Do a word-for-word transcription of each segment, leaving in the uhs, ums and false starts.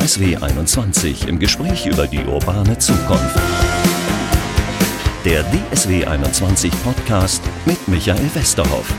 S W einundzwanzig im Gespräch über die urbane Zukunft. Der D S W einundzwanzig Podcast mit Michael Westerhoff.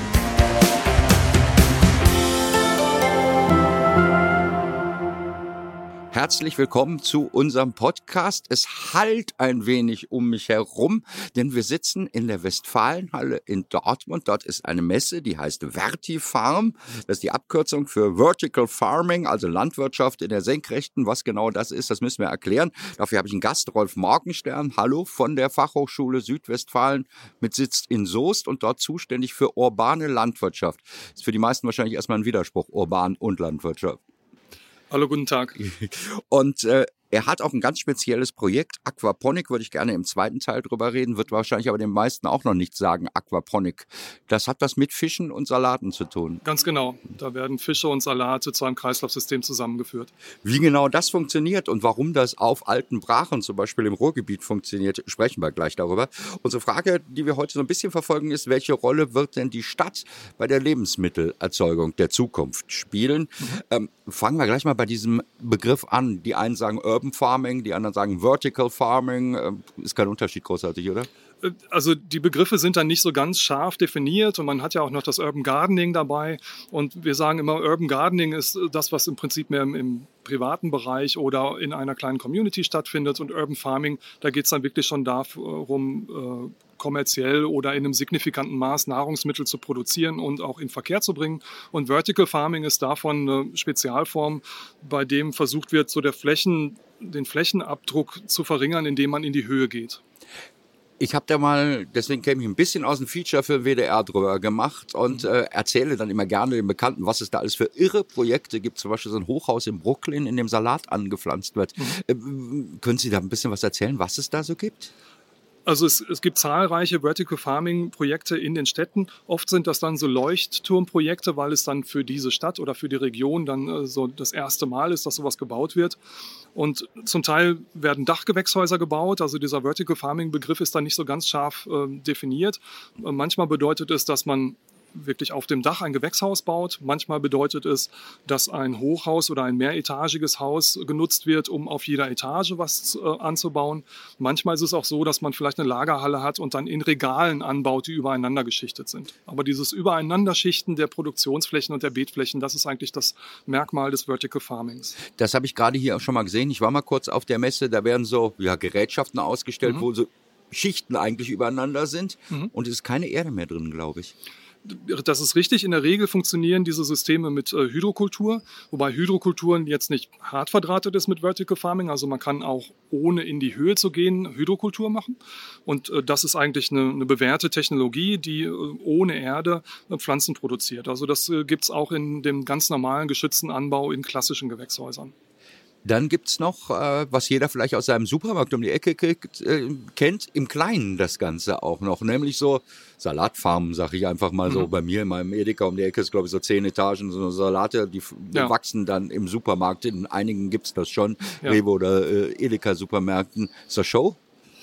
Herzlich willkommen zu unserem Podcast. Es hallt ein wenig um mich herum, denn wir sitzen in der Westfalenhalle in Dortmund. Dort ist eine Messe, die heißt Vertifarm. Das ist die Abkürzung für Vertical Farming, also Landwirtschaft in der Senkrechten. Was genau das ist, das müssen wir erklären. Dafür habe ich einen Gast, Rolf Morgenstern. Hallo, von der Fachhochschule Südwestfalen mit Sitz in Soest und dort zuständig für urbane Landwirtschaft. Ist für die meisten wahrscheinlich erstmal ein Widerspruch, urban und Landwirtschaft. Hallo, guten Tag. Und äh, er hat auch ein ganz spezielles Projekt. Aquaponik würde ich gerne im zweiten Teil drüber reden, wird wahrscheinlich aber den meisten auch noch nichts sagen, Aquaponik. Das hat was mit Fischen und Salaten zu tun. Ganz genau. Da werden Fische und Salate zu einem Kreislaufsystem zusammengeführt. Wie genau das funktioniert und warum das auf alten Brachen, zum Beispiel im Ruhrgebiet, funktioniert, sprechen wir gleich darüber. Unsere Frage, die wir heute so ein bisschen verfolgen, ist, welche Rolle wird denn die Stadt bei der Lebensmittelerzeugung der Zukunft spielen? Mhm. Ähm, fangen wir gleich mal bei diesem Begriff an. Die einen sagen Urban Farming, die anderen sagen Vertical Farming. Ist kein Unterschied großartig, oder? Also die Begriffe sind dann nicht so ganz scharf definiert und man hat ja auch noch das Urban Gardening dabei und wir sagen immer, Urban Gardening ist das, was im Prinzip mehr im, im privaten Bereich oder in einer kleinen Community stattfindet und Urban Farming, da geht es dann wirklich schon darum, äh, kommerziell oder in einem signifikanten Maß Nahrungsmittel zu produzieren und auch in Verkehr zu bringen. Und Vertical Farming ist davon eine Spezialform, bei dem versucht wird, so der Flächen, den Flächenabdruck zu verringern, indem man in die Höhe geht. Ich habe da mal, deswegen käme ich ein bisschen aus dem Feature für W D R drüber gemacht und äh, erzähle dann immer gerne den Bekannten, was es da alles für irre Projekte gibt. Zum Beispiel so ein Hochhaus in Brooklyn, in dem Salat angepflanzt wird. Mhm. Äh, können Sie da ein bisschen was erzählen, was es da so gibt? Also es, es gibt zahlreiche Vertical Farming Projekte in den Städten. Oft sind das dann so Leuchtturmprojekte, weil es dann für diese Stadt oder für die Region dann äh, so das erste Mal ist, dass sowas gebaut wird. Und zum Teil werden Dachgewächshäuser gebaut. Also dieser Vertical Farming Begriff ist dann nicht so ganz scharf äh, definiert. Äh, manchmal bedeutet es, dass man wirklich auf dem Dach ein Gewächshaus baut. Manchmal bedeutet es, dass ein Hochhaus oder ein mehretagiges Haus genutzt wird, um auf jeder Etage was äh, anzubauen. Manchmal ist es auch so, dass man vielleicht eine Lagerhalle hat und dann in Regalen anbaut, die übereinander geschichtet sind. Aber dieses Übereinanderschichten der Produktionsflächen und der Beetflächen, das ist eigentlich das Merkmal des Vertical Farmings. Das habe ich gerade hier auch schon mal gesehen. Ich war mal kurz auf der Messe, da werden so ja, Gerätschaften ausgestellt, mhm. wo so Schichten eigentlich übereinander sind mhm. und es ist keine Erde mehr drin, glaube ich. Das ist richtig. In der Regel funktionieren diese Systeme mit äh, Hydrokultur, wobei Hydrokulturen jetzt nicht hart verdrahtet ist mit Vertical Farming. Also man kann auch, ohne in die Höhe zu gehen, Hydrokultur machen. Und äh, das ist eigentlich eine, eine bewährte Technologie, die äh, ohne Erde äh, Pflanzen produziert. Also das äh, gibt es auch in dem ganz normalen geschützten Anbau in klassischen Gewächshäusern. Dann gibt's noch, äh, was jeder vielleicht aus seinem Supermarkt um die Ecke kriegt, äh, kennt, im Kleinen das Ganze auch noch. Nämlich so Salatfarmen, sag ich einfach mal mhm. so. Bei mir in meinem Edeka um die Ecke ist, glaube ich, so zehn Etagen, so Salate, die, die ja. wachsen dann im Supermarkt. In einigen gibt's das schon, ja. Rewe oder äh, Edeka-Supermärkten. Ist das Show?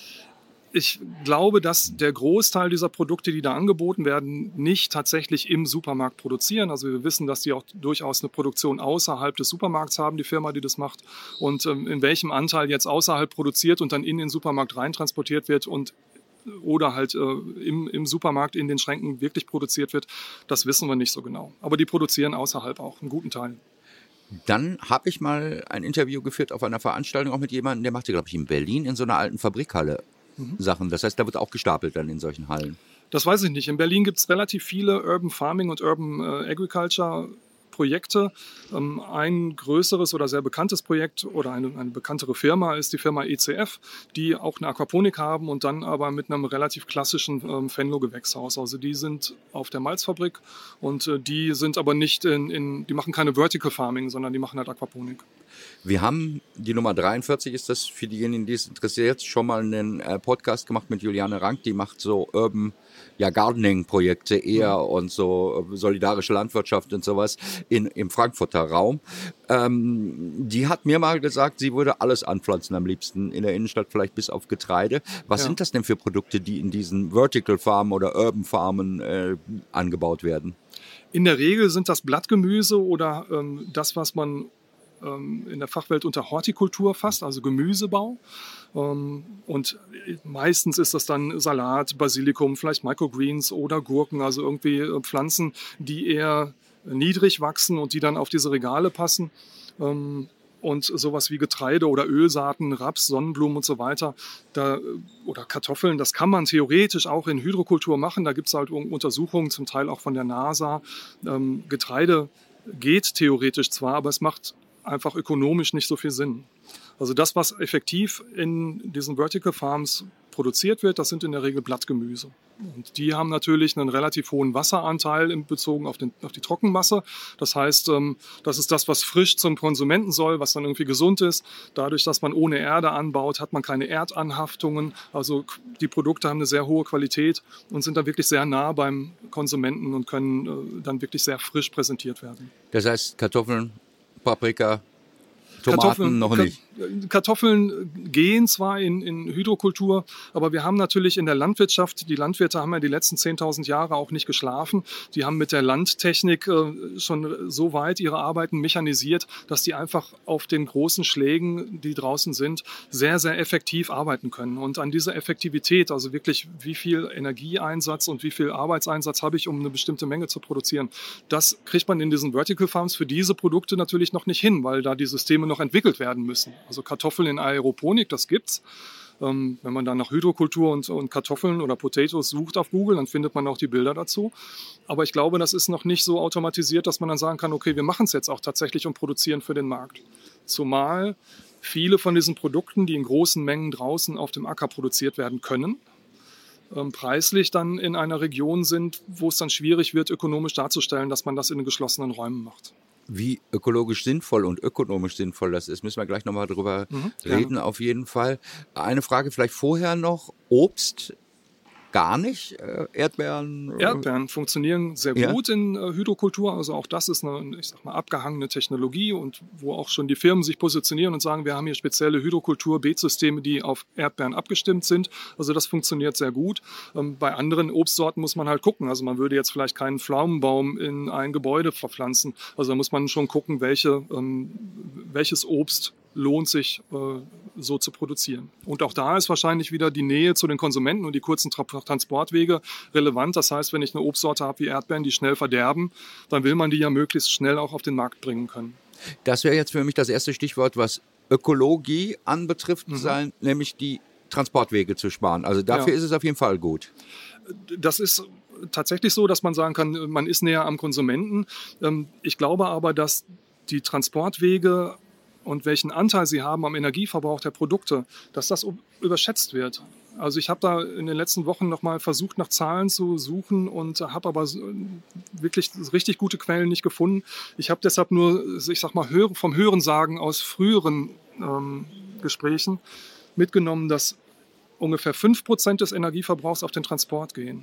Ich glaube, dass der Großteil dieser Produkte, die da angeboten werden, nicht tatsächlich im Supermarkt produzieren. Also wir wissen, dass die auch durchaus eine Produktion außerhalb des Supermarkts haben, die Firma, die das macht. Und ähm, in welchem Anteil jetzt außerhalb produziert und dann in den Supermarkt reintransportiert wird und oder halt äh, im, im Supermarkt in den Schränken wirklich produziert wird, das wissen wir nicht so genau. Aber die produzieren außerhalb auch einen guten Teil. Dann habe ich mal ein Interview geführt auf einer Veranstaltung auch mit jemandem, der machte, glaube ich, in Berlin in so einer alten Fabrikhalle Sachen. Das heißt, da wird auch gestapelt dann in solchen Hallen. Das weiß ich nicht. In Berlin gibt es relativ viele Urban Farming und Urban äh, Agriculture Projekte. Ähm, ein größeres oder sehr bekanntes Projekt oder eine, eine bekanntere Firma ist die Firma E C F, die auch eine Aquaponik haben und dann aber mit einem relativ klassischen ähm, Fenlo-Gewächshaus. Also die sind auf der Malzfabrik und äh, die sind aber nicht in, in, die machen keine Vertical Farming, sondern die machen halt Aquaponik. Wir haben, die Nummer dreiundvierzig ist das für diejenigen, die es interessiert, schon mal einen äh, Podcast gemacht mit Juliane Rank, die macht so Urban ja, Gardening-Projekte eher mhm. und so äh, solidarische Landwirtschaft und sowas in, im Frankfurter Raum. Ähm, die hat mir mal gesagt, sie würde alles anpflanzen am liebsten in der Innenstadt, vielleicht bis auf Getreide. Was ja. sind das denn für Produkte, die in diesen Vertical Farmen oder Urban Farmen äh, angebaut werden? In der Regel sind das Blattgemüse oder ähm, das, was man ähm, in der Fachwelt unter Hortikultur fasst, also Gemüsebau. Ähm, und meistens ist das dann Salat, Basilikum, vielleicht Microgreens oder Gurken, also irgendwie äh, Pflanzen, die eher niedrig wachsen und die dann auf diese Regale passen. Ähm, Und sowas wie Getreide oder Ölsaaten, Raps, Sonnenblumen und so weiter, da, oder Kartoffeln, das kann man theoretisch auch in Hydrokultur machen. Da gibt es halt Untersuchungen, zum Teil auch von der NASA. Ähm, Getreide geht theoretisch zwar, aber es macht einfach ökonomisch nicht so viel Sinn. Also das, was effektiv in diesen Vertical Farms produziert wird, das sind in der Regel Blattgemüse. Und die haben natürlich einen relativ hohen Wasseranteil in Bezug auf, den, auf die Trockenmasse. Das heißt, das ist das, was frisch zum Konsumenten soll, was dann irgendwie gesund ist. Dadurch, dass man ohne Erde anbaut, hat man keine Erdanhaftungen. Also die Produkte haben eine sehr hohe Qualität und sind dann wirklich sehr nah beim Konsumenten und können dann wirklich sehr frisch präsentiert werden. Das heißt Kartoffeln, Paprika, Tomaten Kartoffeln, noch nicht. Kartoffeln gehen zwar in, in Hydrokultur, aber wir haben natürlich in der Landwirtschaft, die Landwirte haben ja die letzten zehntausend Jahre auch nicht geschlafen. Die haben mit der Landtechnik äh, schon so weit ihre Arbeiten mechanisiert, dass die einfach auf den großen Schlägen, die draußen sind, sehr, sehr effektiv arbeiten können. Und an dieser Effektivität, also wirklich wie viel Energieeinsatz und wie viel Arbeitseinsatz habe ich, um eine bestimmte Menge zu produzieren, das kriegt man in diesen Vertical Farms für diese Produkte natürlich noch nicht hin, weil da die Systeme noch entwickelt werden müssen. Also Kartoffeln in Aeroponik, das gibt's. Ähm, wenn man dann nach Hydrokultur und, und Kartoffeln oder Potatoes sucht auf Google, dann findet man auch die Bilder dazu. Aber ich glaube, das ist noch nicht so automatisiert, dass man dann sagen kann, okay, wir machen es jetzt auch tatsächlich und produzieren für den Markt. Zumal viele von diesen Produkten, die in großen Mengen draußen auf dem Acker produziert werden können, ähm, preislich dann in einer Region sind, wo es dann schwierig wird, ökonomisch darzustellen, dass man das in geschlossenen Räumen macht. Wie ökologisch sinnvoll und ökonomisch sinnvoll das ist, müssen wir gleich nochmal drüber Mhm, reden, gerne. auf jeden Fall. Eine Frage vielleicht vorher noch. Obst gar nicht? Äh, Erdbeeren? äh, Erdbeeren funktionieren sehr Ja. gut in äh, Hydrokultur. Also auch das ist eine, ich sag mal, abgehangene Technologie und wo auch schon die Firmen sich positionieren und sagen, wir haben hier spezielle Hydrokultur-Beetsysteme, die auf Erdbeeren abgestimmt sind. Also das funktioniert sehr gut. Ähm, bei anderen Obstsorten muss man halt gucken. Also man würde jetzt vielleicht keinen Pflaumenbaum in ein Gebäude verpflanzen. Also da muss man schon gucken, welche, ähm, welches Obst lohnt sich äh, so zu produzieren. Und auch da ist wahrscheinlich wieder die Nähe zu den Konsumenten und die kurzen Tra- Transportwege relevant. Das heißt, wenn ich eine Obstsorte habe wie Erdbeeren, die schnell verderben, dann will man die ja möglichst schnell auch auf den Markt bringen können. Das wäre jetzt für mich das erste Stichwort, was Ökologie anbetrifft, Mhm. sein, nämlich die Transportwege zu sparen. Also dafür Ja. ist es auf jeden Fall gut. Das ist tatsächlich so, dass man sagen kann, man ist näher am Konsumenten. Ähm, Ich glaube aber, dass die Transportwege und welchen Anteil sie haben am Energieverbrauch der Produkte, dass das überschätzt wird. Also ich habe da in den letzten Wochen noch mal versucht, nach Zahlen zu suchen und habe aber so- wirklich richtig gute Quellen nicht gefunden. Ich habe deshalb nur, ich sag mal, hör- vom Hörensagen aus früheren ähm, Gesprächen mitgenommen, dass ungefähr fünf Prozent des Energieverbrauchs auf den Transport gehen.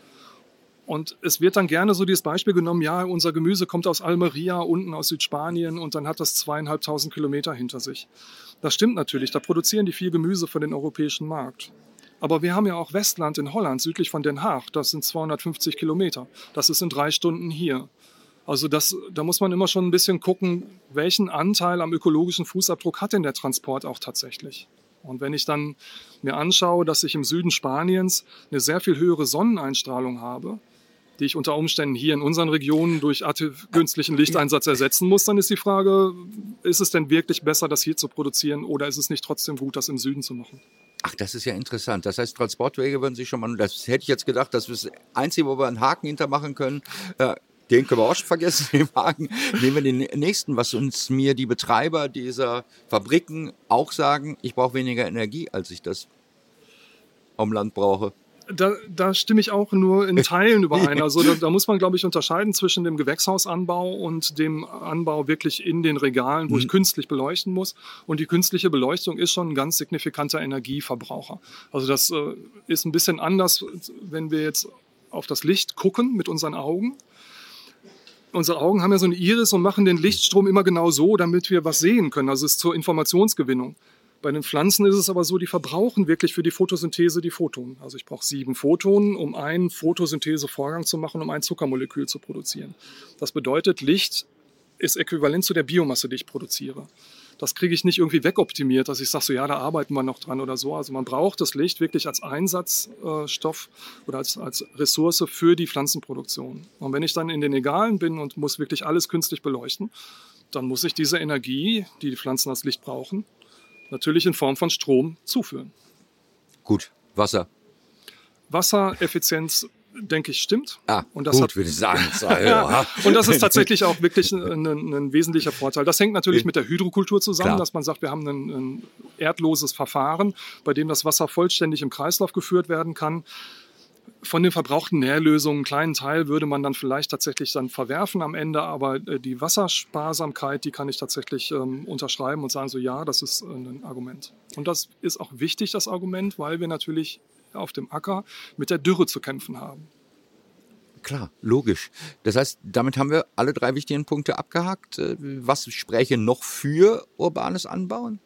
Und es wird dann gerne so dieses Beispiel genommen, ja, unser Gemüse kommt aus Almeria, unten aus Südspanien und dann hat das zweieinhalbtausend Kilometer hinter sich. Das stimmt natürlich, da produzieren die viel Gemüse für den europäischen Markt. Aber wir haben ja auch Westland in Holland, südlich von Den Haag, das sind zweihundertfünfzig Kilometer. Das ist in drei Stunden hier. Also das, da muss man immer schon ein bisschen gucken, welchen Anteil am ökologischen Fußabdruck hat denn der Transport auch tatsächlich. Und wenn ich dann mir anschaue, dass ich im Süden Spaniens eine sehr viel höhere Sonneneinstrahlung habe, die ich unter Umständen hier in unseren Regionen durch artif- künstlichen Lichteinsatz ersetzen muss, dann ist die Frage, ist es denn wirklich besser, das hier zu produzieren oder ist es nicht trotzdem gut, das im Süden zu machen? Ach, das ist ja interessant. Das heißt, Transportwege würden sich schon mal, das hätte ich jetzt gedacht, das ist das Einzige, wo wir einen Haken hintermachen können. Äh, den können wir auch schon vergessen, den Haken. Nehmen wir den nächsten, was uns mir die Betreiber dieser Fabriken auch sagen, ich brauche weniger Energie, als ich das am Land brauche. Da, da stimme ich auch nur in Teilen überein. Also da, da muss man, glaube ich, unterscheiden zwischen dem Gewächshausanbau und dem Anbau wirklich in den Regalen, wo ich künstlich beleuchten muss. Und die künstliche Beleuchtung ist schon ein ganz signifikanter Energieverbraucher. Also das äh, ist ein bisschen anders, wenn wir jetzt auf das Licht gucken mit unseren Augen. Unsere Augen haben ja so eine Iris und machen den Lichtstrom immer genau so, damit wir was sehen können. Also es ist zur Informationsgewinnung. Bei den Pflanzen ist es aber so, die verbrauchen wirklich für die Photosynthese die Photonen. Also ich brauche sieben Photonen, um einen Photosynthesevorgang zu machen, um ein Zuckermolekül zu produzieren. Das bedeutet, Licht ist äquivalent zu der Biomasse, die ich produziere. Das kriege ich nicht irgendwie wegoptimiert, dass ich sage, so ja, da arbeiten wir noch dran oder so. Also man braucht das Licht wirklich als Einsatzstoff oder als, als Ressource für die Pflanzenproduktion. Und wenn ich dann in den Egalen bin und muss wirklich alles künstlich beleuchten, dann muss ich diese Energie, die die Pflanzen als Licht brauchen, natürlich in Form von Strom zuführen. Gut, Wasser. Wassereffizienz, denke ich, stimmt. Ah, und das gut, hat, würde ich sagen. Ja. Und das ist tatsächlich auch wirklich ein, ein, ein wesentlicher Vorteil. Das hängt natürlich mit der Hydrokultur zusammen, Klar. dass man sagt, wir haben ein, ein erdloses Verfahren, bei dem das Wasser vollständig im Kreislauf geführt werden kann. Von den verbrauchten Nährlösungen, einen kleinen Teil würde man dann vielleicht tatsächlich dann verwerfen am Ende, aber die Wassersparsamkeit, die kann ich tatsächlich ähm, unterschreiben und sagen so, ja, das ist ein Argument. Und das ist auch wichtig, das Argument, weil wir natürlich auf dem Acker mit der Dürre zu kämpfen haben. Klar, logisch. Das heißt, damit haben wir alle drei wichtigen Punkte abgehakt. Was spräche noch für urbanes Anbauen?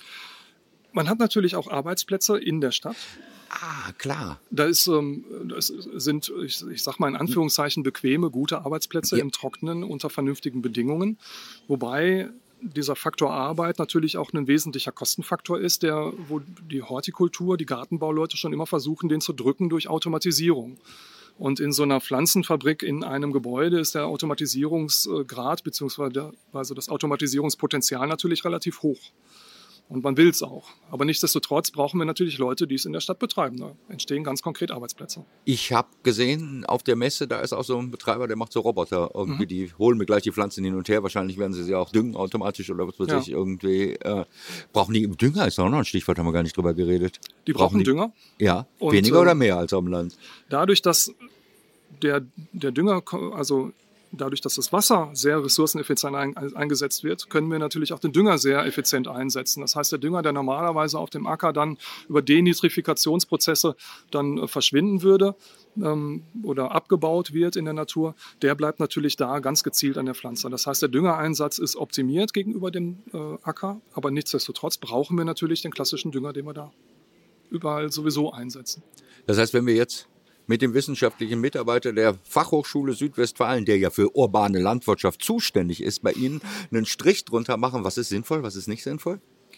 Man hat natürlich auch Arbeitsplätze in der Stadt. Ah, klar. Da ist, ähm, das sind, ich, ich sag mal in Anführungszeichen, bequeme, gute Arbeitsplätze ja. im Trockenen unter vernünftigen Bedingungen. Wobei dieser Faktor Arbeit natürlich auch ein wesentlicher Kostenfaktor ist, der, wo die Hortikultur, die Gartenbauleute schon immer versuchen, den zu drücken durch Automatisierung. Und in so einer Pflanzenfabrik in einem Gebäude ist der Automatisierungsgrad bzw. das Automatisierungspotenzial natürlich relativ hoch. Und man will es auch. Aber nichtsdestotrotz brauchen wir natürlich Leute, die es in der Stadt betreiben. Da entstehen ganz konkret Arbeitsplätze. Ich habe gesehen, auf der Messe, da ist auch so ein Betreiber, der macht so Roboter. Irgendwie, mhm. Die holen mir gleich die Pflanzen hin und her. Wahrscheinlich werden sie sie auch düngen automatisch oder was weiß ja. ich. Irgendwie, äh, brauchen die Dünger? Ist auch noch ein Stichwort, haben wir gar nicht drüber geredet. Die brauchen, brauchen die, Dünger. Ja, und, weniger äh, oder mehr als am Land? Dadurch, dass der, der Dünger, also Dadurch, dass das Wasser sehr ressourceneffizient ein, eingesetzt wird, können wir natürlich auch den Dünger sehr effizient einsetzen. Das heißt, der Dünger, der normalerweise auf dem Acker dann über Denitrifikationsprozesse dann äh, verschwinden würde ähm, oder abgebaut wird in der Natur, der bleibt natürlich da ganz gezielt an der Pflanze. Das heißt, der Düngereinsatz ist optimiert gegenüber dem äh, Acker, aber nichtsdestotrotz brauchen wir natürlich den klassischen Dünger, den wir da überall sowieso einsetzen. Das heißt, wenn wir jetzt mit dem wissenschaftlichen Mitarbeiter der Fachhochschule Südwestfalen, der ja für urbane Landwirtschaft zuständig ist, bei Ihnen einen Strich drunter machen, was ist sinnvoll, was ist nicht sinnvoll?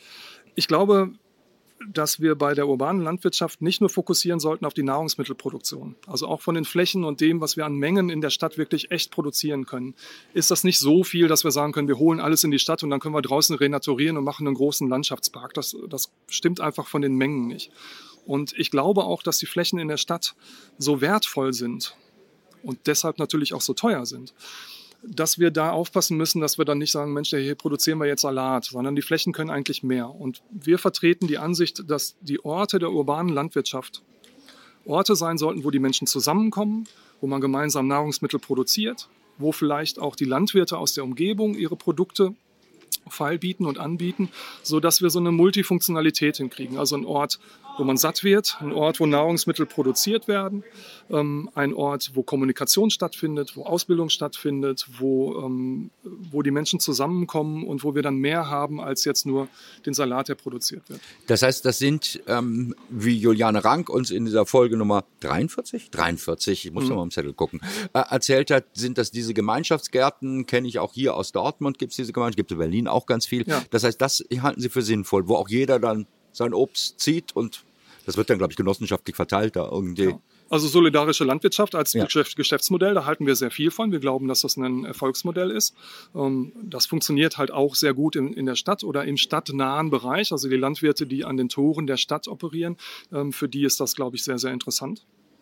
Ich glaube, dass wir bei der urbanen Landwirtschaft nicht nur fokussieren sollten auf die Nahrungsmittelproduktion. Also auch von den Flächen und dem, was wir an Mengen in der Stadt wirklich echt produzieren können, ist das nicht so viel, dass wir sagen können, wir holen alles in die Stadt und dann können wir draußen renaturieren und machen einen großen Landschaftspark. Das, das stimmt einfach von den Mengen nicht. Und ich glaube auch, dass die Flächen in der Stadt so wertvoll sind und deshalb natürlich auch so teuer sind, dass wir da aufpassen müssen, dass wir dann nicht sagen, Mensch, hier produzieren wir jetzt Salat, sondern die Flächen können eigentlich mehr. Und wir vertreten die Ansicht, dass die Orte der urbanen Landwirtschaft Orte sein sollten, wo die Menschen zusammenkommen, wo man gemeinsam Nahrungsmittel produziert, wo vielleicht auch die Landwirte aus der Umgebung ihre Produkte feilbieten und anbieten, sodass wir so eine Multifunktionalität hinkriegen. Also ein Ort, wo man satt wird, ein Ort, wo Nahrungsmittel produziert werden, ähm, ein Ort, wo Kommunikation stattfindet, wo Ausbildung stattfindet, wo, ähm, wo die Menschen zusammenkommen und wo wir dann mehr haben als jetzt nur den Salat, der produziert wird. Das heißt, das sind, ähm, wie Juliane Rank uns in dieser Folge Nummer dreiundvierzig, dreiundvierzig, ich muss mhm. noch mal am Zettel gucken, äh, erzählt hat, sind das diese Gemeinschaftsgärten, kenne ich auch hier aus Dortmund, gibt es diese Gemeinschaft, gibt es in Berlin auch ganz viel. Ja. Das heißt, das halten Sie für sinnvoll, wo auch jeder dann sein Obst zieht und das wird dann, glaube ich, genossenschaftlich verteilt da irgendwie. Ja. Also solidarische Landwirtschaft als ja. Geschäftsmodell, da halten wir sehr viel von. Wir glauben, dass das ein Erfolgsmodell ist. Das funktioniert halt auch sehr gut in, in der Stadt oder im stadtnahen Bereich. Also die Landwirte, die an den Toren der Stadt operieren, für die ist das, glaube ich, sehr, sehr interessant.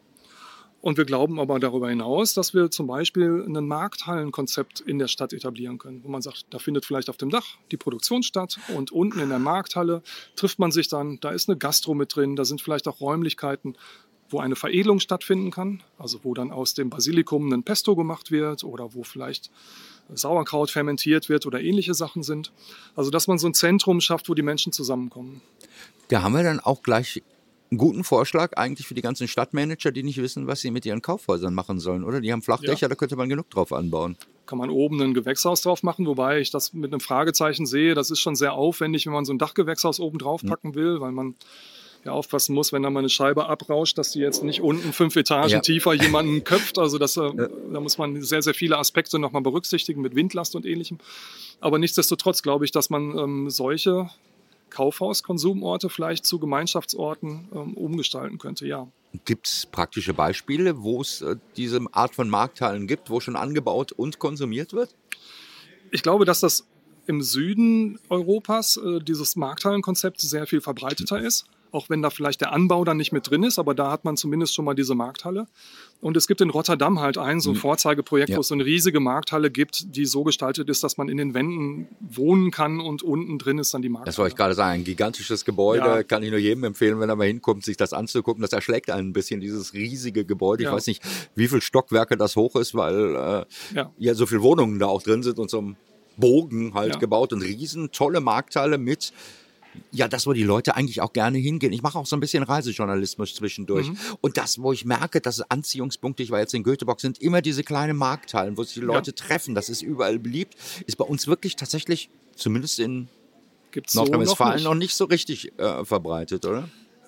Und wir glauben aber darüber hinaus, dass wir zum Beispiel ein Markthallenkonzept in der Stadt etablieren können, wo man sagt, da findet vielleicht auf dem Dach die Produktion statt und unten in der Markthalle trifft man sich dann, da ist eine Gastro mit drin, da sind vielleicht auch Räumlichkeiten, wo eine Veredelung stattfinden kann, also wo dann aus dem Basilikum ein Pesto gemacht wird oder wo vielleicht Sauerkraut fermentiert wird oder ähnliche Sachen sind. Also dass man so ein Zentrum schafft, wo die Menschen zusammenkommen. Da haben wir dann auch gleich einen guten Vorschlag eigentlich für die ganzen Stadtmanager, die nicht wissen, was sie mit ihren Kaufhäusern machen sollen, oder? Die haben Flachdächer, ja. Da könnte man genug drauf anbauen. Kann man oben ein Gewächshaus drauf machen, wobei ich das mit einem Fragezeichen sehe. Das ist schon sehr aufwendig, wenn man so ein Dachgewächshaus oben drauf packen will, weil man ja aufpassen muss, wenn da mal eine Scheibe abrauscht, dass die jetzt nicht unten fünf Etagen Ja. tiefer jemanden köpft. Also das, äh, da muss man sehr, sehr viele Aspekte nochmal berücksichtigen mit Windlast und Ähnlichem. Aber nichtsdestotrotz glaube ich, dass man ähm, solche Kaufhauskonsumorte vielleicht zu Gemeinschaftsorten ähm, umgestalten könnte, ja. Gibt es praktische Beispiele, wo es äh, diese Art von Markthallen gibt, wo schon angebaut und konsumiert wird? Ich glaube, dass das im Süden Europas äh, dieses Markthallenkonzept sehr viel verbreiteter ist. Auch wenn da vielleicht der Anbau dann nicht mit drin ist, aber da hat man zumindest schon mal diese Markthalle. Und es gibt in Rotterdam halt ein so ein Vorzeigeprojekt, Ja. wo es so eine riesige Markthalle gibt, die so gestaltet ist, dass man in den Wänden wohnen kann und unten drin ist dann die Markthalle. Das wollte ich gerade sagen, ein gigantisches Gebäude, Ja. kann ich nur jedem empfehlen, wenn er mal hinkommt, sich das anzugucken. Das erschlägt einen ein bisschen, dieses riesige Gebäude. Ich Ja. weiß nicht, wie viele Stockwerke das hoch ist, weil äh, Ja. ja so viele Wohnungen da auch drin sind und so ein Bogen halt Ja. gebaut und riesen tolle Markthalle mit, ja, das, wo die Leute eigentlich auch gerne hingehen. Ich mache auch so ein bisschen Reisejournalismus zwischendurch. Mhm. Und das, wo ich merke, dass es Anziehungspunkte, ich war jetzt in Göteborg, sind immer diese kleinen Markthallen, wo sich die Leute Ja. treffen. Das ist überall beliebt. Ist bei uns wirklich tatsächlich, zumindest in Gibt's so noch Nordrhein-Westfalen, nicht. noch nicht so richtig äh, verbreitet, oder?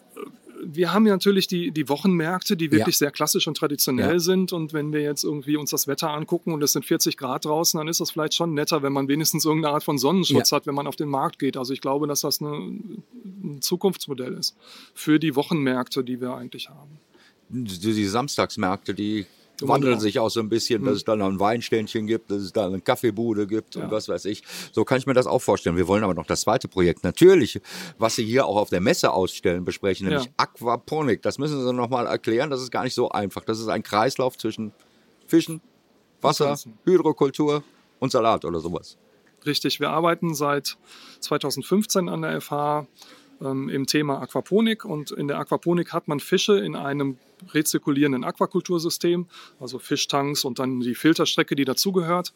Wir haben ja natürlich die, die Wochenmärkte, die wirklich Ja. sehr klassisch und traditionell Ja. sind. Und wenn wir jetzt irgendwie uns das Wetter angucken und es sind vierzig Grad draußen, dann ist das vielleicht schon netter, wenn man wenigstens irgendeine Art von Sonnenschutz Ja. hat, wenn man auf den Markt geht. Also ich glaube, dass das eine, ein Zukunftsmodell ist für die Wochenmärkte, die wir eigentlich haben. Die, die Samstagsmärkte, die Wo man wandeln auch- sich auch so ein bisschen, dass es dann noch ein Weinständchen gibt, dass es da eine Kaffeebude gibt Ja. und was weiß ich. So kann ich mir das auch vorstellen. Wir wollen aber noch das zweite Projekt natürlich, was Sie hier auch auf der Messe ausstellen, besprechen, nämlich Ja. Aquaponik. Das müssen Sie noch mal erklären. Das ist gar nicht so einfach. Das ist ein Kreislauf zwischen Fischen, Wasser, Pflanzen. Hydrokultur und Salat oder sowas. Richtig, wir arbeiten seit zweitausendfünfzehn an der F H ähm, im Thema Aquaponik. Und in der Aquaponik hat man Fische in einem rezirkulierenden Aquakultursystem, also Fischtanks und dann die Filterstrecke, die dazugehört.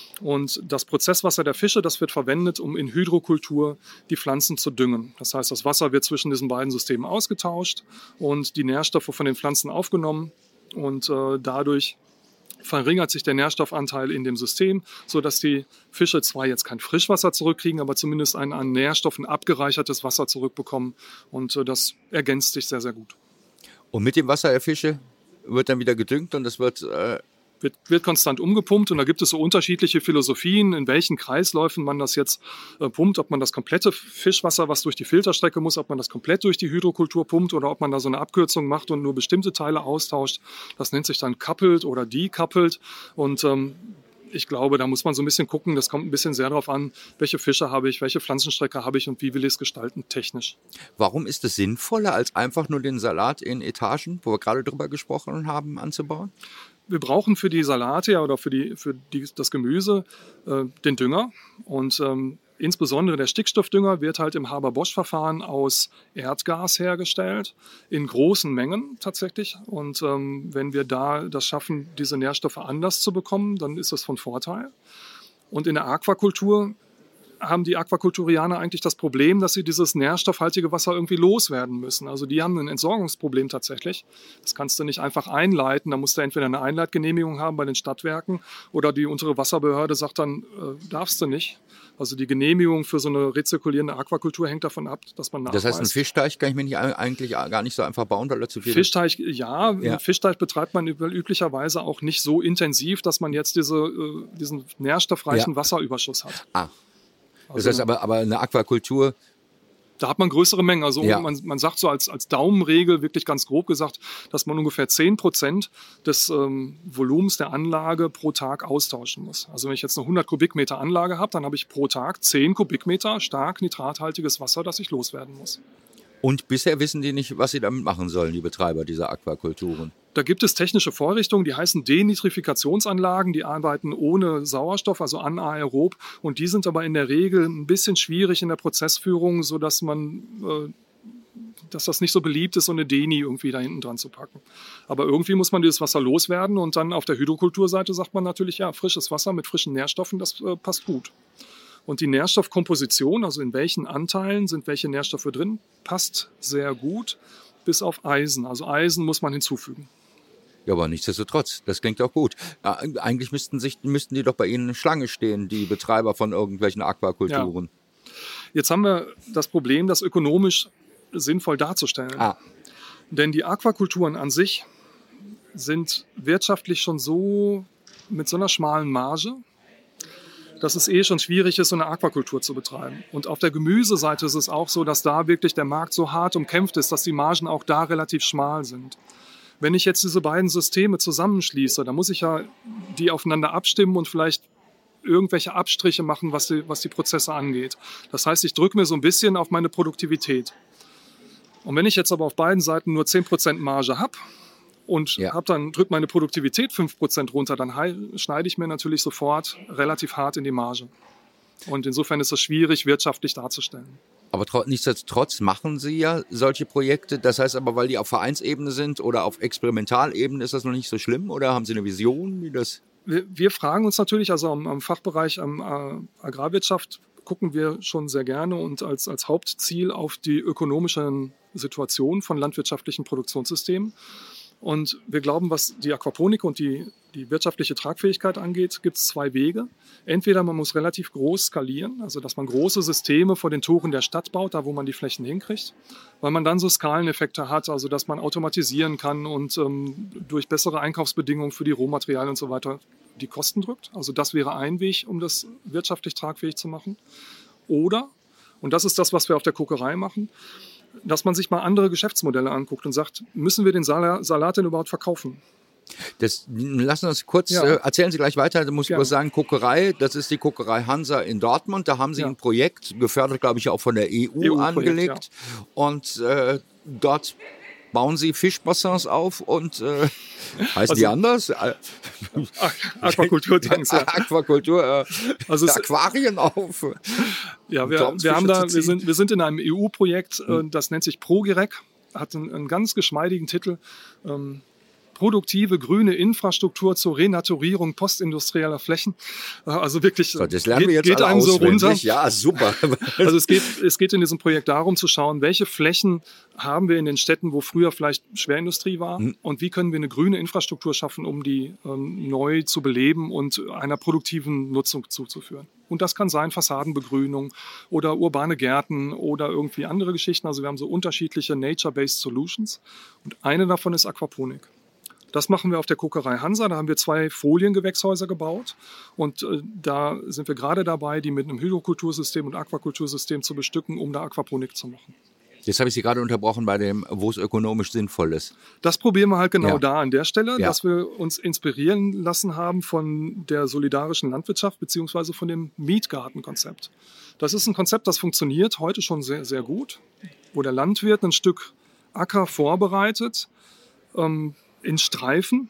Und das Prozesswasser der Fische, das wird verwendet, um in Hydrokultur die Pflanzen zu düngen. Das heißt, das Wasser wird zwischen diesen beiden Systemen ausgetauscht und die Nährstoffe von den Pflanzen aufgenommen. Und äh, dadurch verringert sich der Nährstoffanteil in dem System, sodass die Fische zwar jetzt kein Frischwasser zurückkriegen, aber zumindest ein an Nährstoffen abgereichertes Wasser zurückbekommen. Und äh, das ergänzt sich sehr, sehr gut. Und mit dem Wasser der Fische wird dann wieder gedüngt und es wird äh, Wird, wird konstant umgepumpt und da gibt es so unterschiedliche Philosophien, in welchen Kreisläufen man das jetzt äh, pumpt, ob man das komplette Fischwasser, was durch die Filterstrecke muss, ob man das komplett durch die Hydrokultur pumpt oder ob man da so eine Abkürzung macht und nur bestimmte Teile austauscht. Das nennt sich dann coupled oder decoupled und ähm, ich glaube, da muss man so ein bisschen gucken, das kommt ein bisschen sehr darauf an, welche Fische habe ich, welche Pflanzenstrecke habe ich und wie will ich es gestalten technisch. Warum ist es sinnvoller, als einfach nur den Salat in Etagen, wo wir gerade drüber gesprochen haben, anzubauen? Wir brauchen für die Salate ja, oder für, die, für die, das Gemüse äh, den Dünger. Und ähm, insbesondere der Stickstoffdünger wird halt im Haber-Bosch-Verfahren aus Erdgas hergestellt, in großen Mengen tatsächlich. Und ähm, wenn wir da das schaffen, diese Nährstoffe anders zu bekommen, dann ist das von Vorteil. Und in der Aquakultur haben die Aquakulturianer eigentlich das Problem, dass sie dieses nährstoffhaltige Wasser irgendwie loswerden müssen. Also die haben ein Entsorgungsproblem tatsächlich. Das kannst du nicht einfach einleiten. Da musst du entweder eine Einleitgenehmigung haben bei den Stadtwerken oder die untere Wasserbehörde sagt dann, äh, darfst du nicht. Also die Genehmigung für so eine rezirkulierende Aquakultur hängt davon ab, dass man nachweist. Das heißt, einen Fischteich kann ich mir nicht, eigentlich gar nicht so einfach bauen, weil er zu viel Fischteich, ja, Ja. Fischteich betreibt man üb- üblicherweise auch nicht so intensiv, dass man jetzt diese, äh, diesen nährstoffreichen Ja. Wasserüberschuss hat. Ah. Das Also- heißt aber, aber eine Aquakultur, Da hat man größere Mengen. Also Ja. man, man sagt so als, als Daumenregel, wirklich ganz grob gesagt, dass man ungefähr zehn Prozent des ähm, Volumens der Anlage pro Tag austauschen muss. Also wenn ich jetzt eine hundert Kubikmeter Anlage habe, dann habe ich pro Tag zehn Kubikmeter stark nitrathaltiges Wasser, das ich loswerden muss. und bisher wissen die nicht, was sie damit machen sollen, die Betreiber dieser Aquakulturen. Da gibt es technische Vorrichtungen, die heißen Denitrifikationsanlagen, die arbeiten ohne Sauerstoff, also anaerob. Und die sind aber in der Regel ein bisschen schwierig in der Prozessführung, sodass man, äh, dass das nicht so beliebt ist, so eine Deni irgendwie da hinten dran zu packen. Aber irgendwie muss man dieses Wasser loswerden und dann auf der Hydrokulturseite sagt man natürlich, ja, frisches Wasser mit frischen Nährstoffen, das äh, passt gut. Und die Nährstoffkomposition, also in welchen Anteilen sind welche Nährstoffe drin, passt sehr gut, bis auf Eisen. Also Eisen muss man hinzufügen. Ja, aber nichtsdestotrotz, das klingt auch gut. Ja, eigentlich müssten, sich, müssten die doch bei Ihnen in Schlange stehen, die Betreiber von irgendwelchen Aquakulturen. Jetzt haben wir das Problem, dass ökonomisch sinnvoll darzustellen. Ah. Denn die Aquakulturen an sich sind wirtschaftlich schon so mit so einer schmalen Marge, dass es eh schon schwierig ist, so eine Aquakultur zu betreiben. Und auf der Gemüseseite ist es auch so, dass da wirklich der Markt so hart umkämpft ist, dass die Margen auch da relativ schmal sind. Wenn ich jetzt diese beiden Systeme zusammenschließe, dann muss ich ja die aufeinander abstimmen und vielleicht irgendwelche Abstriche machen, was die, was die Prozesse angeht. Das heißt, ich drücke mir so ein bisschen auf meine Produktivität. Und wenn ich jetzt aber auf beiden Seiten nur zehn Prozent Marge habe, und ja. hab dann drückt meine Produktivität fünf Prozent runter, dann schneide ich mir natürlich sofort relativ hart in die Marge. Und insofern ist es schwierig, wirtschaftlich darzustellen. Aber tro- nichtsdestotrotz machen Sie ja solche Projekte. Das heißt aber, weil die auf Vereinsebene sind oder auf Experimentalebene, ist das noch nicht so schlimm? Oder haben Sie eine Vision, wie das... Wir, wir fragen uns natürlich, also am, am Fachbereich am äh, Agrarwirtschaft gucken wir schon sehr gerne und als, als Hauptziel auf die ökonomische Situation von landwirtschaftlichen Produktionssystemen. Und wir glauben, was die Aquaponik und die, die wirtschaftliche Tragfähigkeit angeht, gibt es zwei Wege. Entweder man muss relativ groß skalieren, also dass man große Systeme vor den Toren der Stadt baut, da wo man die Flächen hinkriegt, weil man dann so Skaleneffekte hat, also dass man automatisieren kann und ähm, durch bessere Einkaufsbedingungen für die Rohmaterialien und so weiter die Kosten drückt. Also das wäre ein Weg, um das wirtschaftlich tragfähig zu machen. Oder, und das ist das, was wir auf der Kokerei machen, dass man sich mal andere Geschäftsmodelle anguckt und sagt, müssen wir den Salat denn überhaupt verkaufen? Das, lassen wir uns kurz, ja. äh, erzählen Sie gleich weiter, da muss ich ja. kurz sagen, Kokerei, das ist die Kokerei Hansa in Dortmund, da haben Sie ja. ein Projekt, gefördert glaube ich auch von der E U, E U angelegt ja. und äh, dort bauen Sie Fischbassins auf und äh, heißen also, die anders? Aquakulturtanks, ja. Aquakultur, äh, also Aquarien auf. Ja, wir, wir haben da, wir sind, wir sind in einem E U-Projekt, äh, das nennt sich ProGirec, hat einen, einen ganz geschmeidigen Titel. Ähm, Produktive grüne Infrastruktur zur Renaturierung postindustrieller Flächen. Also wirklich, so, das lernen wir jetzt geht alle einem so runter. Ja, super. Also es geht, es geht in diesem Projekt darum zu schauen, welche Flächen haben wir in den Städten, wo früher vielleicht Schwerindustrie war hm. und wie können wir eine grüne Infrastruktur schaffen, um die ähm, neu zu beleben und einer produktiven Nutzung zuzuführen. Und das kann sein Fassadenbegrünung oder urbane Gärten oder irgendwie andere Geschichten. Also wir haben so unterschiedliche Nature-Based Solutions und eine davon ist Aquaponik. Das machen wir auf der Kokerei Hansa. Da haben wir zwei Foliengewächshäuser gebaut. Und äh, da sind wir gerade dabei, die mit einem Hydrokultursystem und Aquakultursystem zu bestücken, um da Aquaponik zu machen. Jetzt habe ich Sie gerade unterbrochen bei dem, wo es ökonomisch sinnvoll ist. Das probieren wir halt genau ja. da an der Stelle, ja. dass wir uns inspirieren lassen haben von der solidarischen Landwirtschaft beziehungsweise von dem Mietgartenkonzept. Das ist ein Konzept, das funktioniert heute schon sehr, sehr gut, wo der Landwirt ein Stück Acker vorbereitet, ähm, in Streifen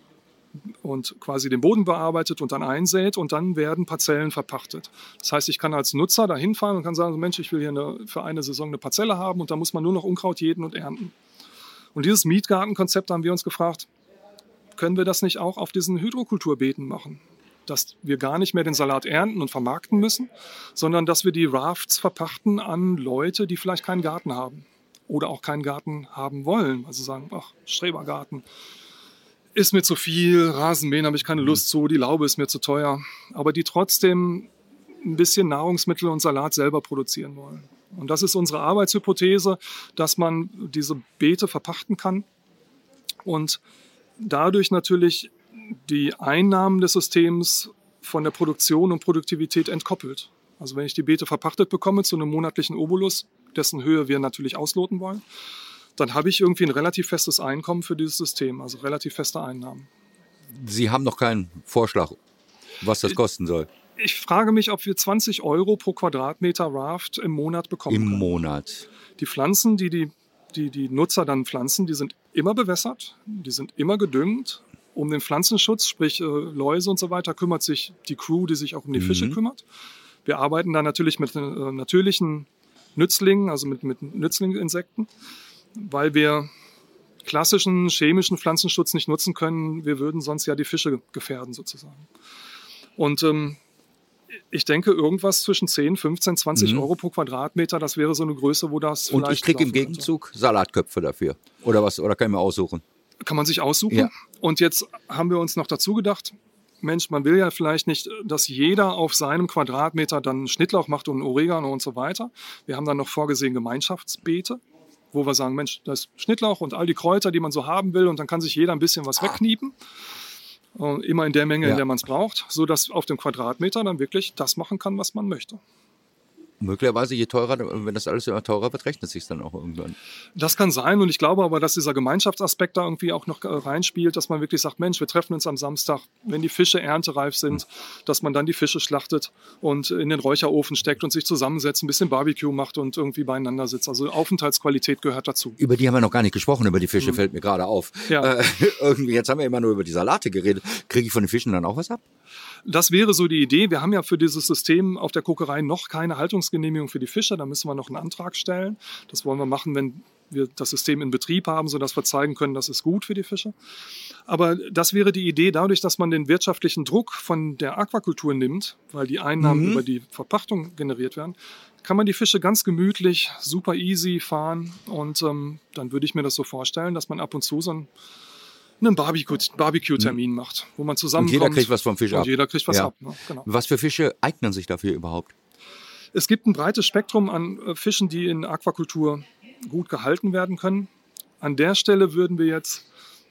und quasi den Boden bearbeitet und dann einsät und dann werden Parzellen verpachtet. Das heißt, ich kann als Nutzer da hinfahren und kann sagen, Mensch, ich will hier eine, für eine Saison eine Parzelle haben und da muss man nur noch Unkraut jäten und ernten. Und dieses Mietgartenkonzept haben wir uns gefragt, können wir das nicht auch auf diesen Hydrokulturbeeten machen? Dass wir gar nicht mehr den Salat ernten und vermarkten müssen, sondern dass wir die Rafts verpachten an Leute, die vielleicht keinen Garten haben. Oder auch keinen Garten haben wollen. Also sagen, ach, Strebergarten ist mir zu viel, Rasenmähen habe ich keine Lust zu, die Laube ist mir zu teuer. Aber die trotzdem ein bisschen Nahrungsmittel und Salat selber produzieren wollen. Und das ist unsere Arbeitshypothese, dass man diese Beete verpachten kann und dadurch natürlich die Einnahmen des Systems von der Produktion und Produktivität entkoppelt. Also wenn ich die Beete verpachtet bekomme zu einem monatlichen Obolus, dessen Höhe wir natürlich ausloten wollen, dann habe ich irgendwie ein relativ festes Einkommen für dieses System, also relativ feste Einnahmen. Sie haben noch keinen Vorschlag, was das kosten soll? Ich frage mich, ob wir zwanzig Euro pro Quadratmeter Raft im Monat bekommen Im können. Monat. Die Pflanzen, die die, die die Nutzer dann pflanzen, die sind immer bewässert, die sind immer gedüngt. Um den Pflanzenschutz, sprich äh, Läuse und so weiter, kümmert sich die Crew, die sich auch um die Fische Mhm. kümmert. Wir arbeiten da natürlich mit äh, natürlichen Nützlingen, also mit, mit Nützlingsinsekten, weil wir klassischen chemischen Pflanzenschutz nicht nutzen können. Wir würden sonst ja die Fische gefährden sozusagen. Und ähm, ich denke, irgendwas zwischen zehn, fünfzehn, zwanzig Mhm. Euro pro Quadratmeter, das wäre so eine Größe, wo das Und vielleicht ich kriege im laufen könnte. Gegenzug Salatköpfe dafür. Oder was? Oder kann ich mir aussuchen? Kann man sich aussuchen. Ja. Und jetzt haben wir uns noch dazu gedacht, Mensch, man will ja vielleicht nicht, dass jeder auf seinem Quadratmeter dann einen Schnittlauch macht und einen Oregano und so weiter. Wir haben dann noch vorgesehen Gemeinschaftsbeete. wo wir sagen, Mensch, da ist Schnittlauch und all die Kräuter, die man so haben will und dann kann sich jeder ein bisschen was wegkniepen. Äh, immer in der Menge, ja. in der man es braucht, sodass auf dem Quadratmeter dann wirklich das machen kann, was man möchte. Möglicherweise, je teurer, wenn das alles immer teurer wird, rechnet es sich dann auch irgendwann. Das kann sein und ich glaube aber, dass dieser Gemeinschaftsaspekt da irgendwie auch noch reinspielt, dass man wirklich sagt, Mensch, wir treffen uns am Samstag, wenn die Fische erntereif sind, mhm. dass man dann die Fische schlachtet und in den Räucherofen steckt und sich zusammensetzt, ein bisschen Barbecue macht und irgendwie beieinander sitzt. Also Aufenthaltsqualität gehört dazu. Über die haben wir noch gar nicht gesprochen, über die Fische mhm. fällt mir gerade auf. Ja. Äh, irgendwie, jetzt haben wir immer nur über die Salate geredet. Kriege ich von den Fischen dann auch was ab? Das wäre so die Idee. Wir haben ja für dieses System auf der Kokerei noch keine Haltungsgenehmigung für die Fische. Da müssen wir noch einen Antrag stellen. Das wollen wir machen, wenn wir das System in Betrieb haben, sodass wir zeigen können, das ist gut für die Fische. Aber das wäre die Idee, dadurch, dass man den wirtschaftlichen Druck von der Aquakultur nimmt, weil die Einnahmen mhm. über die Verpachtung generiert werden, kann man die Fische ganz gemütlich, super easy fahren. Und ähm, dann würde ich mir das so vorstellen, dass man ab und zu so ein einen Barbecue-Termin Barbecue macht, wo man zusammenkommt. Und jeder kriegt was vom Fisch ab. Und jeder kriegt was ja. ab. Ne? Genau. Was für Fische eignen sich dafür überhaupt? Es gibt ein breites Spektrum an äh, Fischen, die in Aquakultur gut gehalten werden können. An der Stelle würden wir jetzt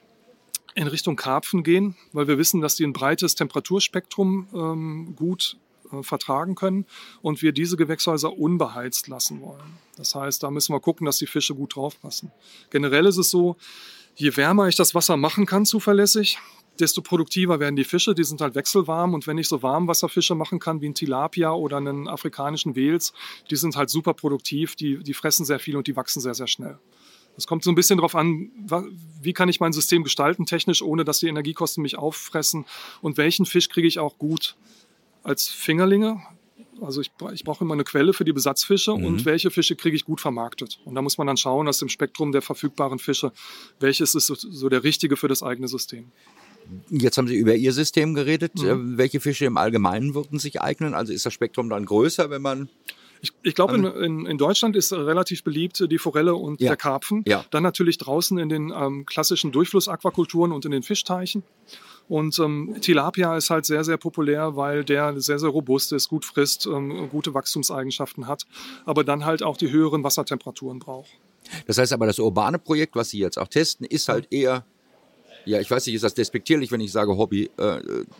in Richtung Karpfen gehen, weil wir wissen, dass die ein breites Temperaturspektrum ähm, gut äh, vertragen können und wir diese Gewächshäuser unbeheizt lassen wollen. Das heißt, da müssen wir gucken, dass die Fische gut draufpassen. Generell ist es so, je wärmer ich das Wasser machen kann, zuverlässig, desto produktiver werden die Fische. Die sind halt wechselwarm. Und wenn ich so Warmwasserfische machen kann, wie ein Tilapia oder einen afrikanischen Wels, die sind halt super produktiv. Die, die fressen sehr viel und die wachsen sehr, sehr schnell. Das kommt so ein bisschen darauf an, wie kann ich mein System gestalten technisch, ohne dass die Energiekosten mich auffressen. Und welchen Fisch kriege ich auch gut als Fingerlinge? Also ich, ich brauche immer eine Quelle für die Besatzfische mhm. und welche Fische kriege ich gut vermarktet. Und da muss man dann schauen, aus dem Spektrum der verfügbaren Fische, welches ist so, so der richtige für das eigene System. Jetzt haben Sie über Ihr System geredet. Mhm. Welche Fische im Allgemeinen würden sich eignen? Also ist das Spektrum dann größer, wenn man... Ich, ich glaube, in, in, in Deutschland ist relativ beliebt die Forelle und ja. der Karpfen. Ja. Dann natürlich draußen in den ähm, klassischen Durchflussaquakulturen und in den Fischteichen. Und ähm, Tilapia ist halt sehr, sehr populär, weil der sehr, sehr robust ist, gut frisst, ähm, gute Wachstumseigenschaften hat, aber dann halt auch die höheren Wassertemperaturen braucht. Das heißt aber, das urbane Projekt, was Sie jetzt auch testen, ist halt eher, ja, ich weiß nicht, ist das despektierlich, wenn ich sage Hobby, äh,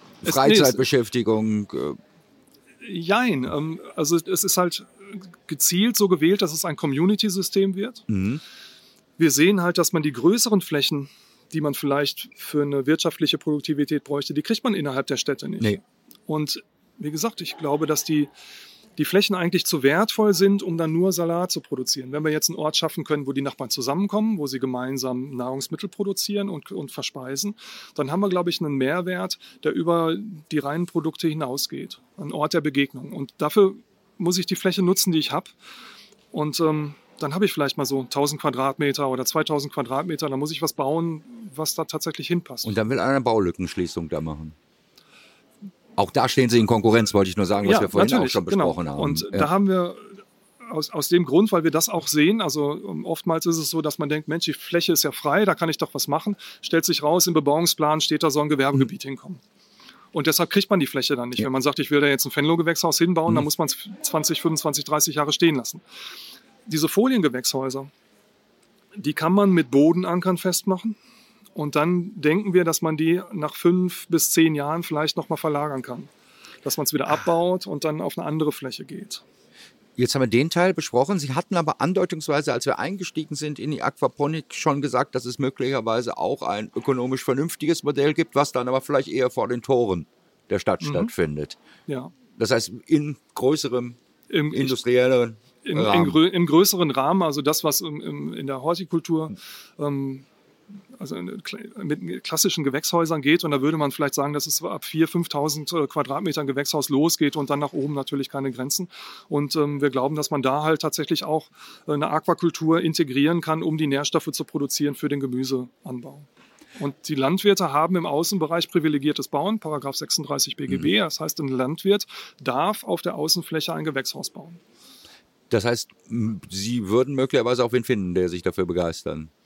Freizeitbeschäftigung? Äh, Jein, ähm, also es ist halt gezielt so gewählt, dass es ein Community-System wird. Mhm. Wir sehen halt, dass man die größeren Flächen, die man vielleicht für eine wirtschaftliche Produktivität bräuchte, die kriegt man innerhalb der Städte nicht. Nee. Und wie gesagt, ich glaube, dass die, die Flächen eigentlich zu wertvoll sind, um dann nur Salat zu produzieren. Wenn wir jetzt einen Ort schaffen können, wo die Nachbarn zusammenkommen, wo sie gemeinsam Nahrungsmittel produzieren und, und verspeisen, dann haben wir, glaube ich, einen Mehrwert, der über die reinen Produkte hinausgeht. Ein Ort der Begegnung. Und dafür muss ich die Fläche nutzen, die ich habe. Und ähm, dann habe ich vielleicht mal so tausend Quadratmeter oder zweitausend Quadratmeter. Da muss ich was bauen, was da tatsächlich hinpasst. Und dann will einer eine Baulückenschließung da machen. Auch da stehen Sie in Konkurrenz, wollte ich nur sagen, was ja, wir vorhin auch natürlich, schon besprochen genau. haben. Und ja. da haben wir aus, aus dem Grund, weil wir das auch sehen, also oftmals ist es so, dass man denkt, Mensch, die Fläche ist ja frei, da kann ich doch was machen. Stellt sich raus, im Bebauungsplan steht da, soll ein Gewerbegebiet mhm. hinkommen. Und deshalb kriegt man die Fläche dann nicht. Ja. Wenn man sagt, ich will da jetzt ein Fenlo-Gewächshaus hinbauen, mhm. dann muss man es zwanzig, fünfundzwanzig, dreißig Jahre stehen lassen. Diese Foliengewächshäuser, die kann man mit Bodenankern festmachen. Und dann denken wir, dass man die nach fünf bis zehn Jahren vielleicht nochmal verlagern kann. Dass man es wieder abbaut und dann auf eine andere Fläche geht. Jetzt haben wir den Teil besprochen. Sie hatten aber andeutungsweise, als wir eingestiegen sind in die Aquaponik, schon gesagt, dass es möglicherweise auch ein ökonomisch vernünftiges Modell gibt, was dann aber vielleicht eher vor den Toren der Stadt mhm. stattfindet. Ja. Das heißt, in größerem, Im, industrielleren Im, Rahmen. Im, Im größeren Rahmen, also das, was im, im, in der Hortikultur ähm, also mit klassischen Gewächshäusern geht. Und da würde man vielleicht sagen, dass es ab viertausend, fünftausend Quadratmetern Gewächshaus losgeht und dann nach oben natürlich keine Grenzen. Und ähm, wir glauben, dass man da halt tatsächlich auch eine Aquakultur integrieren kann, um die Nährstoffe zu produzieren für den Gemüseanbau. Und die Landwirte haben im Außenbereich privilegiertes Bauen, Paragraph sechsunddreißig B G B. Das heißt, ein Landwirt darf auf der Außenfläche ein Gewächshaus bauen. Das heißt, Sie würden möglicherweise auch wen finden, der sich dafür begeistert.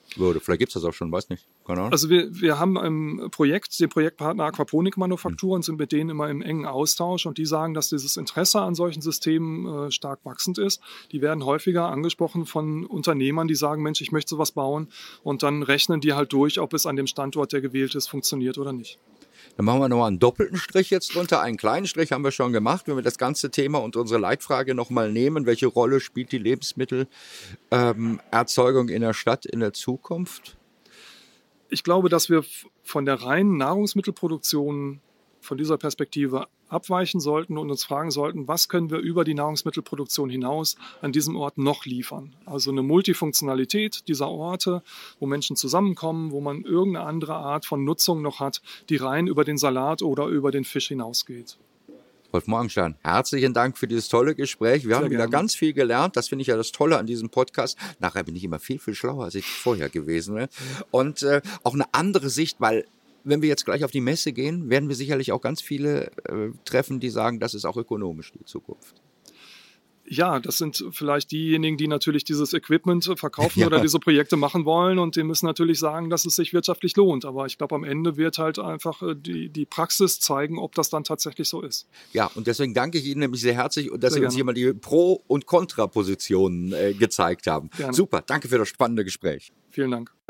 würde. Vielleicht gibt es das auch schon, weiß nicht. Keine Ahnung. Also wir, wir haben im Projekt, den Projektpartner Aquaponik-Manufaktur und sind mit denen immer im engen Austausch und die sagen, dass dieses Interesse an solchen Systemen äh, stark wachsend ist. Die werden häufiger angesprochen von Unternehmern, die sagen, Mensch, ich möchte sowas bauen und dann rechnen die halt durch, ob es an dem Standort, der gewählt ist, funktioniert oder nicht. Dann machen wir nochmal einen doppelten Strich jetzt drunter. Einen kleinen Strich haben wir schon gemacht. Wenn wir das ganze Thema und unsere Leitfrage nochmal nehmen, welche Rolle spielt die Lebensmittelerzeugung ähm, in der Stadt in der Zukunft? Ich glaube, dass wir von der reinen Nahrungsmittelproduktion von dieser Perspektive abweichen sollten und uns fragen sollten, was können wir über die Nahrungsmittelproduktion hinaus an diesem Ort noch liefern? Also eine Multifunktionalität dieser Orte, wo Menschen zusammenkommen, wo man irgendeine andere Art von Nutzung noch hat, die rein über den Salat oder über den Fisch hinausgeht. Rolf Morgenstern, herzlichen Dank für dieses tolle Gespräch. Wir Sehr haben wieder gerne. ganz viel gelernt. Das finde ich ja das Tolle an diesem Podcast. Nachher bin ich immer viel, viel schlauer, als ich vorher gewesen wäre. Und äh, auch eine andere Sicht, weil wenn wir jetzt gleich auf die Messe gehen, werden wir sicherlich auch ganz viele äh, treffen, die sagen, das ist auch ökonomisch die Zukunft. Ja, das sind vielleicht diejenigen, die natürlich dieses Equipment verkaufen Ja. oder diese Projekte machen wollen und die müssen natürlich sagen, dass es sich wirtschaftlich lohnt. Aber ich glaube, am Ende wird halt einfach äh, die, die Praxis zeigen, ob das dann tatsächlich so ist. Ja, und deswegen danke ich Ihnen nämlich sehr herzlich, dass Sehr Sie uns gerne. hier mal die Pro- und Kontrapositionen äh, gezeigt haben. Gerne. Super, danke für das spannende Gespräch. Vielen Dank.